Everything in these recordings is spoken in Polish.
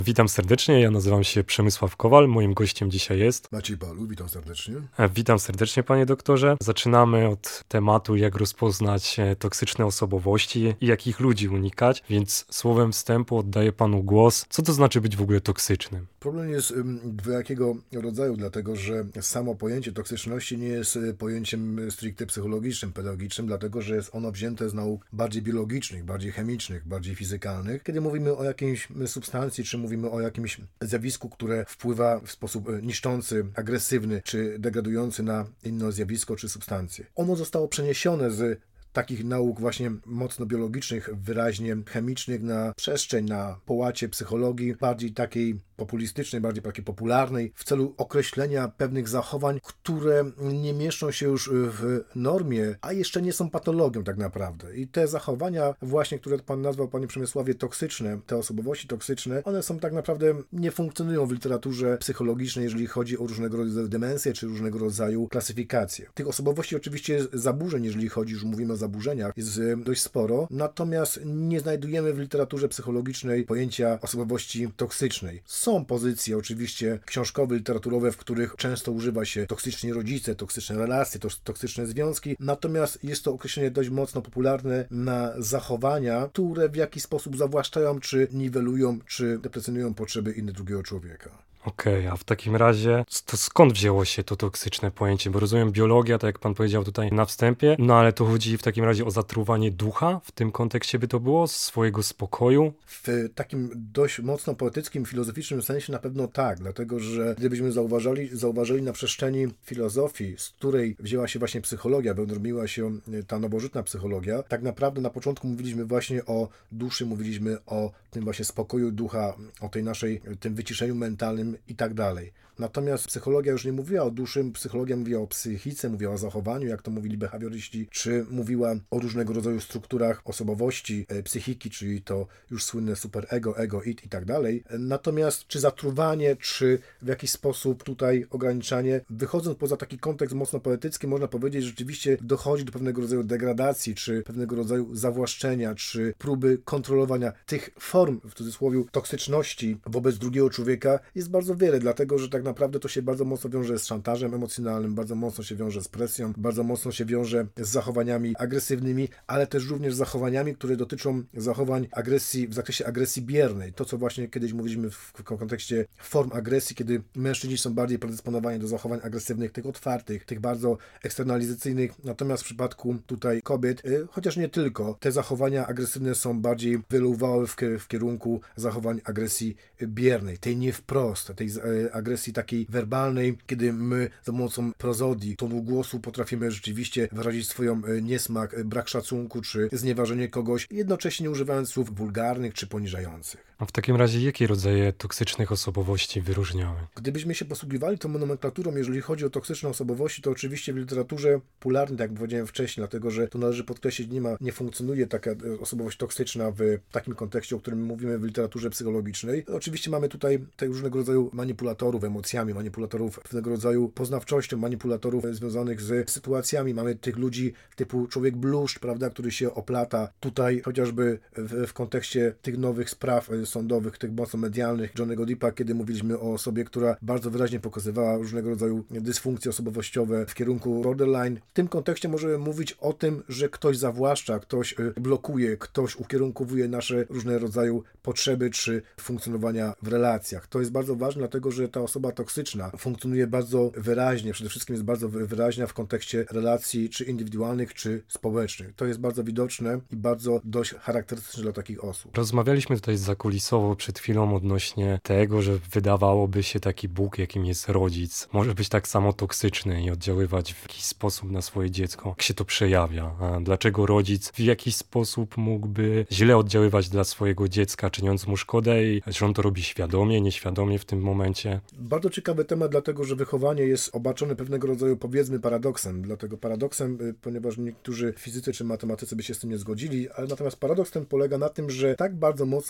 Witam serdecznie, ja nazywam się Przemysław Kowal, moim gościem dzisiaj jest Maciej Paluch, witam serdecznie. Witam serdecznie, panie doktorze. Zaczynamy od tematu, jak rozpoznać toksyczne osobowości i jakich ludzi unikać, więc słowem wstępu oddaję panu głos. Co to znaczy być w ogóle toksycznym? Problem jest dwojakiego rodzaju, dlatego że samo pojęcie toksyczności nie jest pojęciem stricte psychologicznym, pedagogicznym, dlatego że jest ono wzięte z nauk bardziej biologicznych, bardziej chemicznych, bardziej fizykalnych. Kiedy mówimy o jakiejś substancji, czy mówimy o jakimś zjawisku, które wpływa w sposób niszczący, agresywny, czy degradujący na inne zjawisko, czy substancję. Ono zostało przeniesione z takich nauk właśnie mocno biologicznych, wyraźnie chemicznych na przestrzeń, na połacie psychologii, bardziej takiej populistycznej, bardziej takiej popularnej, w celu określenia pewnych zachowań, które nie mieszczą się już w normie, a jeszcze nie są patologią tak naprawdę. I te zachowania właśnie, które pan nazwał, panie Przemysławie, toksyczne, te osobowości toksyczne, one są tak naprawdę, nie funkcjonują w literaturze psychologicznej, jeżeli chodzi o różnego rodzaju demensje, czy różnego rodzaju klasyfikacje. Tych osobowości oczywiście zaburzeń, jeżeli chodzi, już mówimy o zaburzeniach, jest dość sporo, natomiast nie znajdujemy w literaturze psychologicznej pojęcia osobowości toksycznej. Są pozycje oczywiście książkowe, literaturowe, w których często używa się toksyczni rodzice, toksyczne relacje, toksyczne związki, natomiast jest to określenie dość mocno popularne na zachowania, które w jakiś sposób zawłaszczają, czy niwelują, czy deprecjonują potrzeby drugiego człowieka. Okej, a w takim razie to skąd wzięło się to toksyczne pojęcie? Bo rozumiem biologia, tak jak pan powiedział tutaj na wstępie, no ale to chodzi w takim razie o zatruwanie ducha? W tym kontekście by to było? Swojego spokoju? W takim dość mocno poetyckim, filozoficznym sensie na pewno tak, dlatego że gdybyśmy zauważyli na przestrzeni filozofii, z której wzięła się właśnie psychologia, wyodrębniła się ta nowożytna psychologia, tak naprawdę na początku mówiliśmy właśnie o duszy, mówiliśmy o tym właśnie spokoju ducha, o tej naszej, tym wyciszeniu mentalnym i tak dalej. Natomiast psychologia już nie mówiła o duszy, psychologia mówiła o psychice, mówiła o zachowaniu, jak to mówili behawioryści, czy mówiła o różnego rodzaju strukturach osobowości, psychiki, czyli to już słynne superego, ego, id i tak dalej. Natomiast czy zatruwanie, czy w jakiś sposób tutaj ograniczanie, wychodząc poza taki kontekst mocno poetycki, można powiedzieć, że rzeczywiście dochodzi do pewnego rodzaju degradacji, czy pewnego rodzaju zawłaszczenia, czy próby kontrolowania tych form, w cudzysłowie, toksyczności wobec drugiego człowieka jest bardzo wiele, dlatego że tak naprawdę to się bardzo mocno wiąże z szantażem emocjonalnym, bardzo mocno się wiąże z presją, bardzo mocno się wiąże z zachowaniami agresywnymi, ale też również z zachowaniami, które dotyczą zachowań agresji w zakresie agresji biernej. To, co właśnie kiedyś mówiliśmy w kontekście form agresji, kiedy mężczyźni są bardziej predysponowani do zachowań agresywnych, tych otwartych, tych bardzo eksternalizacyjnych, natomiast w przypadku tutaj kobiet, chociaż nie tylko, te zachowania agresywne są bardziej wyluwały w kierunku zachowań agresji biernej, tej nie wprost, tej agresji takiej werbalnej, kiedy my za pomocą prozodii, tonu głosu potrafimy rzeczywiście wyrazić swoją niesmak, brak szacunku, czy znieważenie kogoś, jednocześnie nie używając słów wulgarnych czy poniżających. A w takim razie jakie rodzaje toksycznych osobowości wyróżniały? Gdybyśmy się posługiwali tą nomenklaturą, jeżeli chodzi o toksyczne osobowości, to oczywiście w literaturze popularnej, tak jak powiedziałem wcześniej, dlatego że to należy podkreślić, nie funkcjonuje taka osobowość toksyczna w takim kontekście, o którym mówimy w literaturze psychologicznej. Oczywiście mamy tutaj różnego rodzaju manipulatorów emocjami, manipulatorów pewnego rodzaju poznawczością, manipulatorów związanych z sytuacjami. Mamy tych ludzi typu człowiek bluszcz, prawda, który się oplata. Tutaj chociażby w kontekście tych nowych spraw sądowych, tych mocno medialnych Johnny'ego Deppa, kiedy mówiliśmy o osobie, która bardzo wyraźnie pokazywała różnego rodzaju dysfunkcje osobowościowe w kierunku borderline. W tym kontekście możemy mówić o tym, że ktoś zawłaszcza, ktoś blokuje, ktoś ukierunkowuje nasze różne rodzaju potrzeby czy funkcjonowania w relacjach. To jest bardzo ważne, dlatego że ta osoba toksyczna funkcjonuje bardzo wyraźnie, przede wszystkim jest bardzo wyraźna w kontekście relacji czy indywidualnych, czy społecznych. To jest bardzo widoczne i bardzo dość charakterystyczne dla takich osób. Rozmawialiśmy tutaj zakulisowo przed chwilą odnośnie tego, że wydawałoby się taki Bóg, jakim jest rodzic, może być tak samo toksyczny i oddziaływać w jakiś sposób na swoje dziecko. Jak się to przejawia? A dlaczego rodzic w jakiś sposób mógłby źle oddziaływać dla swojego dziecka, czyniąc mu szkodę i że on to robi świadomie, nieświadomie w tym momencie? Bardzo ciekawy temat, dlatego że wychowanie jest obarczone pewnego rodzaju, powiedzmy, paradoksem. Dlatego paradoksem, ponieważ niektórzy fizycy czy matematycy by się z tym nie zgodzili, ale natomiast paradoks ten polega na tym, że tak bardzo mocno wiążemy ze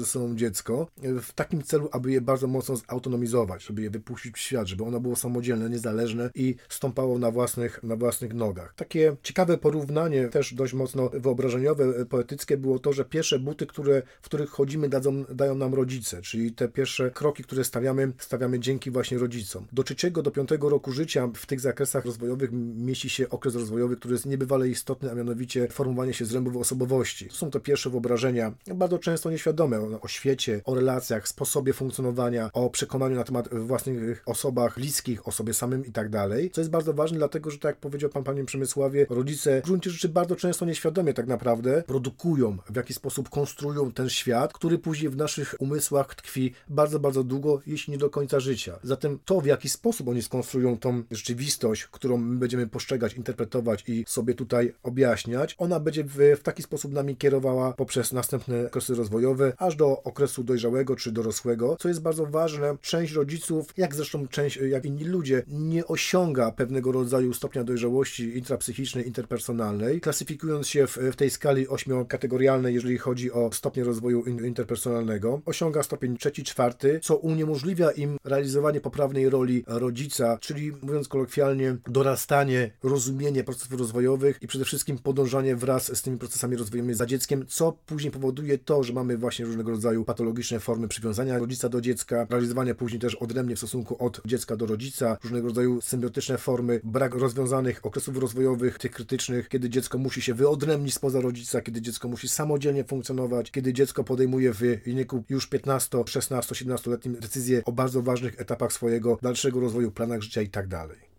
sobą dziecko w takim celu, aby je bardzo mocno zautonomizować, żeby je wypuścić w świat, żeby ono było samodzielne, niezależne i stąpało na własnych nogach. Takie ciekawe porównanie, też dość mocno wyobrażeniowe, poetyckie było to, że pierwsze buty, w których chodzimy, dają nam rodzice, czyli te pierwsze kroki, które stawiamy dzięki właśnie rodzicom. Do 3 do 5 roku życia w tych zakresach rozwojowych mieści się okres rozwojowy, który jest niebywale istotny, a mianowicie formowanie się zrębów osobowości. To są to pierwsze wyobrażenia, bardzo często nieświadome, o świecie, o relacjach, sposobie funkcjonowania, o przekonaniu na temat własnych osobach bliskich, o sobie samym i tak dalej. Co jest bardzo ważne, dlatego że tak jak powiedział pan, panie Przemysławie, rodzice w gruncie rzeczy bardzo często nieświadomie tak naprawdę produkują, w jaki sposób konstruują ten świat, który później w naszych umysłach tkwi bardzo, bardzo długo, jeśli nie do końca życia. Zatem to, w jaki sposób oni skonstruują tą rzeczywistość, którą my będziemy postrzegać, interpretować i sobie tutaj objaśniać, ona będzie w taki sposób nami kierowała poprzez następne okresy rozwojowe, aż do okresu dojrzałego czy dorosłego. Co jest bardzo ważne, część rodziców, jak inni ludzie, nie osiąga pewnego rodzaju stopnia dojrzałości intrapsychicznej, interpersonalnej, klasyfikując się w tej skali 8-kategorialnej, jeżeli chodzi o stopnie rozwoju interpersonalnego. Osiąga stopień 3, 4, co uniemożliwia im realizowanie poprawnej roli rodzica, czyli mówiąc kolokwialnie, dorastanie, rozumienie procesów rozwojowych i przede wszystkim podążanie wraz z tymi procesami rozwojowymi za dzieckiem, co później powoduje to, że mamy właśnie różnego rodzaju patologiczne formy przywiązania rodzica do dziecka, realizowanie później też odrębnie w stosunku od dziecka do rodzica, różnego rodzaju symbiotyczne formy, brak rozwiązanych okresów rozwojowych, tych krytycznych, kiedy dziecko musi się wyodrębnić spoza rodzica, kiedy dziecko musi samodzielnie funkcjonować, kiedy dziecko podejmuje w wieku już 15, 16, 17-letnim decyzje o bardzo ważnych etapach swojego dalszego rozwoju, planach życia i tak dalej.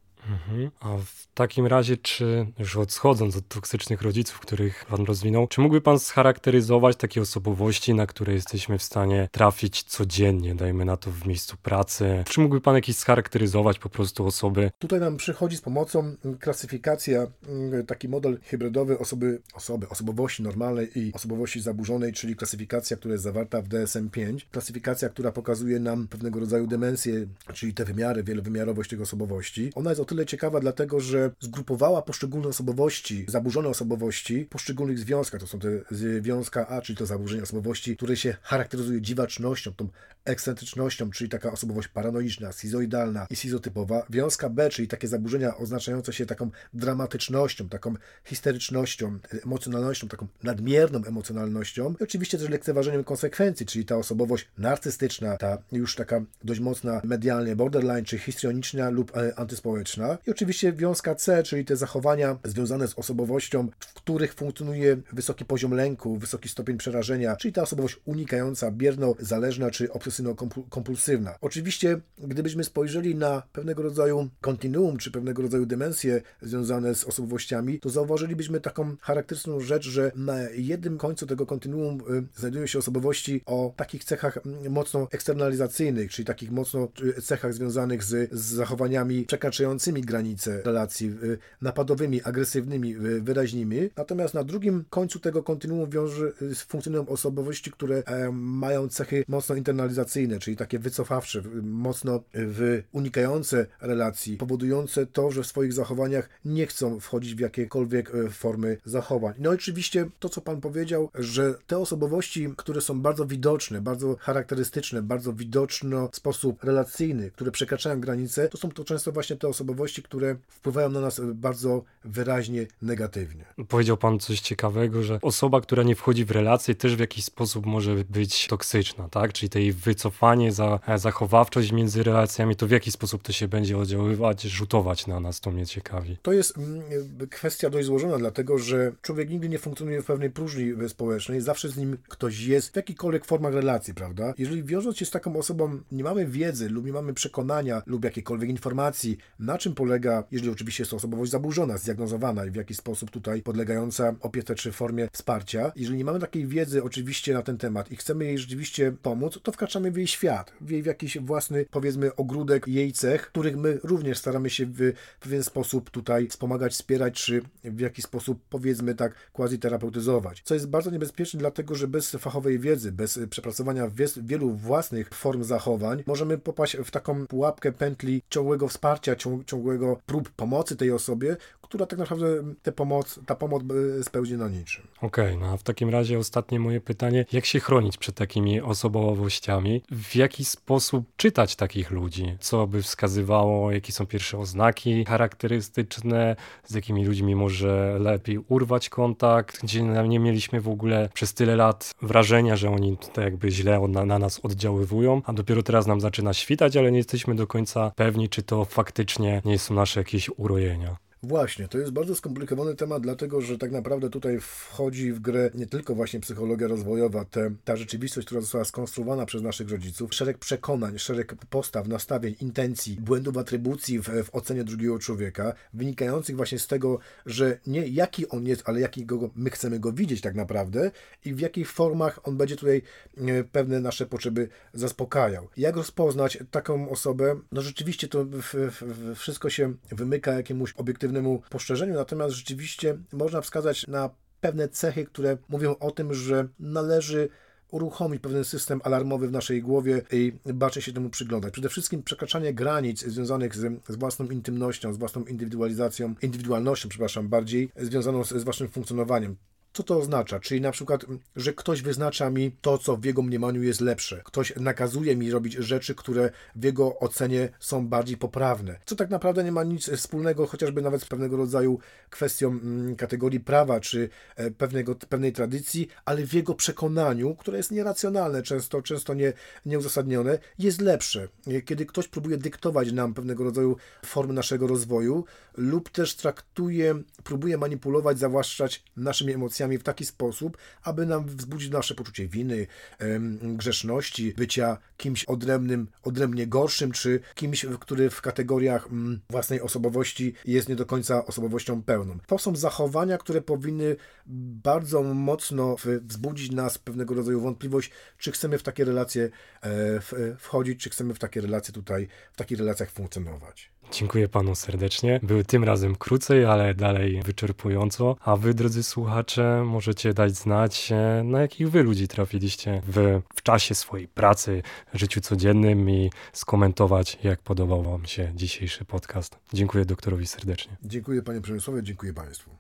A w takim razie, czy już odchodząc od toksycznych rodziców, których pan rozwinął, czy mógłby pan scharakteryzować takie osobowości, na które jesteśmy w stanie trafić codziennie, dajmy na to w miejscu pracy? Czy mógłby pan jakieś scharakteryzować po prostu osoby? Tutaj nam przychodzi z pomocą klasyfikacja, taki model hybrydowy osobowości normalnej i osobowości zaburzonej, czyli klasyfikacja, która jest zawarta w DSM-5. Klasyfikacja, która pokazuje nam pewnego rodzaju dimensje, czyli te wymiary, wielowymiarowość tych osobowości. Ona jest o tyle ciekawa, dlatego że zgrupowała poszczególne osobowości, zaburzone osobowości w poszczególnych związkach. To są te związka A, czyli to zaburzenie osobowości, które się charakteryzuje dziwacznością, tą ekscentrycznością, czyli taka osobowość paranoiczna, schizoidalna i schizotypowa. Wiązka B, czyli takie zaburzenia oznaczające się taką dramatycznością, taką histerycznością, emocjonalnością, taką nadmierną emocjonalnością i oczywiście też lekceważeniem konsekwencji, czyli ta osobowość narcystyczna, ta już taka dość mocna medialnie borderline, czy histrioniczna lub antyspołeczna. I oczywiście wiązka C, czyli te zachowania związane z osobowością, w których funkcjonuje wysoki poziom lęku, wysoki stopień przerażenia, czyli ta osobowość unikająca, bierno-zależna czy obsesyjno-kompulsywna. Oczywiście, gdybyśmy spojrzeli na pewnego rodzaju kontinuum, czy pewnego rodzaju dimensje związane z osobowościami, to zauważylibyśmy taką charakterystyczną rzecz, że na jednym końcu tego kontinuum znajdują się osobowości o takich cechach mocno eksternalizacyjnych, czyli takich mocno cechach związanych z zachowaniami przekraczającymi granice relacji, napadowymi, agresywnymi, wyraźnymi. Natomiast na drugim końcu tego kontinuum funkcjonują osobowości, które mają cechy mocno internalizacyjne, czyli takie wycofawcze, mocno unikające relacji, powodujące to, że w swoich zachowaniach nie chcą wchodzić w jakiekolwiek formy zachowań. No i oczywiście to, co pan powiedział, że te osobowości, które są bardzo widoczne, bardzo charakterystyczne, bardzo widoczne w sposób relacyjny, które przekraczają granice, to są to często właśnie te osobowości, które wpływają na nas bardzo wyraźnie negatywnie. Powiedział pan coś ciekawego, że osoba, która nie wchodzi w relacje, też w jakiś sposób może być toksyczna, tak? Czyli tej wycofanie, zachowawczość między relacjami, to w jaki sposób to się będzie oddziaływać, rzutować na nas, to mnie ciekawi. To jest kwestia dość złożona, dlatego że człowiek nigdy nie funkcjonuje w pewnej próżni społecznej, zawsze z nim ktoś jest w jakichkolwiek formach relacji, prawda? Jeżeli wiążąc się z taką osobą nie mamy wiedzy lub nie mamy przekonania lub jakiejkolwiek informacji, na czym polega, jeżeli oczywiście jest to osobowość zaburzona, zdiagnozowana i w jakiś sposób tutaj podlegająca opiece czy formie wsparcia, jeżeli nie mamy takiej wiedzy oczywiście na ten temat i chcemy jej rzeczywiście pomóc, to wkraczamy w jej świat, w jej jakiś własny, powiedzmy, ogródek jej cech, których my również staramy się w pewien sposób tutaj wspomagać, wspierać, czy w jakiś sposób, powiedzmy tak, quasi-terapeutyzować. Co jest bardzo niebezpieczne, dlatego że bez fachowej wiedzy, bez przepracowania wielu własnych form zachowań, możemy popaść w taką pułapkę pętli ciągłego wsparcia, ciągłego prób pomocy tej osobie, która tak naprawdę ta pomoc spełni na niczym. Okej, no a w takim razie ostatnie moje pytanie, jak się chronić przed takimi osobowościami? W jaki sposób czytać takich ludzi? Co by wskazywało, jakie są pierwsze oznaki charakterystyczne, z jakimi ludźmi może lepiej urwać kontakt, gdzie nie mieliśmy w ogóle przez tyle lat wrażenia, że oni tutaj jakby źle na nas oddziaływują, a dopiero teraz nam zaczyna świtać, ale nie jesteśmy do końca pewni, czy to faktycznie nie są nasze jakieś urojenia. Właśnie, to jest bardzo skomplikowany temat, dlatego że tak naprawdę tutaj wchodzi w grę nie tylko właśnie psychologia rozwojowa, ta rzeczywistość, która została skonstruowana przez naszych rodziców, szereg przekonań, szereg postaw, nastawień, intencji, błędów atrybucji w ocenie drugiego człowieka, wynikających właśnie z tego, że nie jaki on jest, ale jakiego my chcemy go widzieć tak naprawdę i w jakich formach on będzie tutaj pewne nasze potrzeby zaspokajał. Jak rozpoznać taką osobę? No rzeczywiście to wszystko się wymyka jakiemuś obiektywnemu poszerzeniu, natomiast rzeczywiście można wskazać na pewne cechy, które mówią o tym, że należy uruchomić pewien system alarmowy w naszej głowie i bacznie się temu przyglądać. Przede wszystkim przekraczanie granic związanych z własną intymnością, z własną indywidualnością, bardziej związaną z waszym funkcjonowaniem. Co to oznacza? Czyli na przykład, że ktoś wyznacza mi to, co w jego mniemaniu jest lepsze. Ktoś nakazuje mi robić rzeczy, które w jego ocenie są bardziej poprawne. Co tak naprawdę nie ma nic wspólnego, chociażby nawet z pewnego rodzaju kwestią kategorii prawa, czy pewnej tradycji, ale w jego przekonaniu, które jest nieracjonalne, często nieuzasadnione, jest lepsze. Kiedy ktoś próbuje dyktować nam pewnego rodzaju formy naszego rozwoju lub też próbuje manipulować, zawłaszczać naszymi emocjami w taki sposób, aby nam wzbudzić nasze poczucie winy, grzeszności, bycia kimś odrębnie gorszym, czy kimś, który w kategoriach własnej osobowości jest nie do końca osobowością pełną. To są zachowania, które powinny bardzo mocno wzbudzić nas pewnego rodzaju wątpliwość, czy chcemy w takie relacje wchodzić, czy chcemy w takie relacje w takich relacjach funkcjonować. Dziękuję panu serdecznie. Były tym razem krócej, ale dalej wyczerpująco. A wy, drodzy słuchacze, możecie dać znać, na jakich wy ludzi trafiliście w czasie swojej pracy, życiu codziennym i skomentować, jak podobał wam się dzisiejszy podcast. Dziękuję doktorowi serdecznie. Dziękuję panie Przemysławie, dziękuję państwu.